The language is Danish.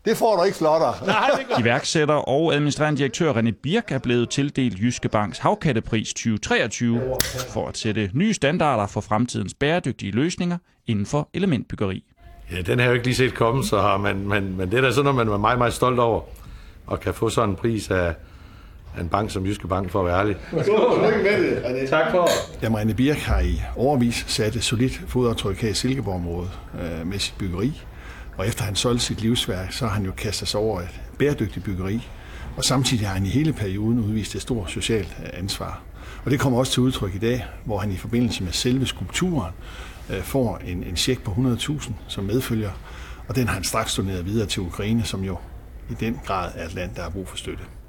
Det får du ikke flottere. Iværksætter og administrerende direktør René Birk er blevet tildelt Jyske Banks Havkattepris 2023 for at sætte nye standarder for fremtidens bæredygtige løsninger inden for elementbyggeri. Ja, den har jeg jo ikke lige set komme, men det er da sådan noget, man er meget, meget stolt over, og kan få sådan en pris af en bank som Jyske Bank, for at være ærlig. Tak for. Jamen, René Birk har i årevis sat et solidt fodaftryk her i Silkeborg-området med sit byggeri. Og efter han solgte sit livsværk, så har han jo kastet sig over et bæredygtigt byggeri. Og samtidig har han i hele perioden udvist et stort socialt ansvar. Og det kommer også til udtryk i dag, hvor han i forbindelse med selve skulpturen får en check på 100.000 som medfølger. Og den har han straks doneret videre til Ukraine, som jo i den grad er et land, der har brug for støtte.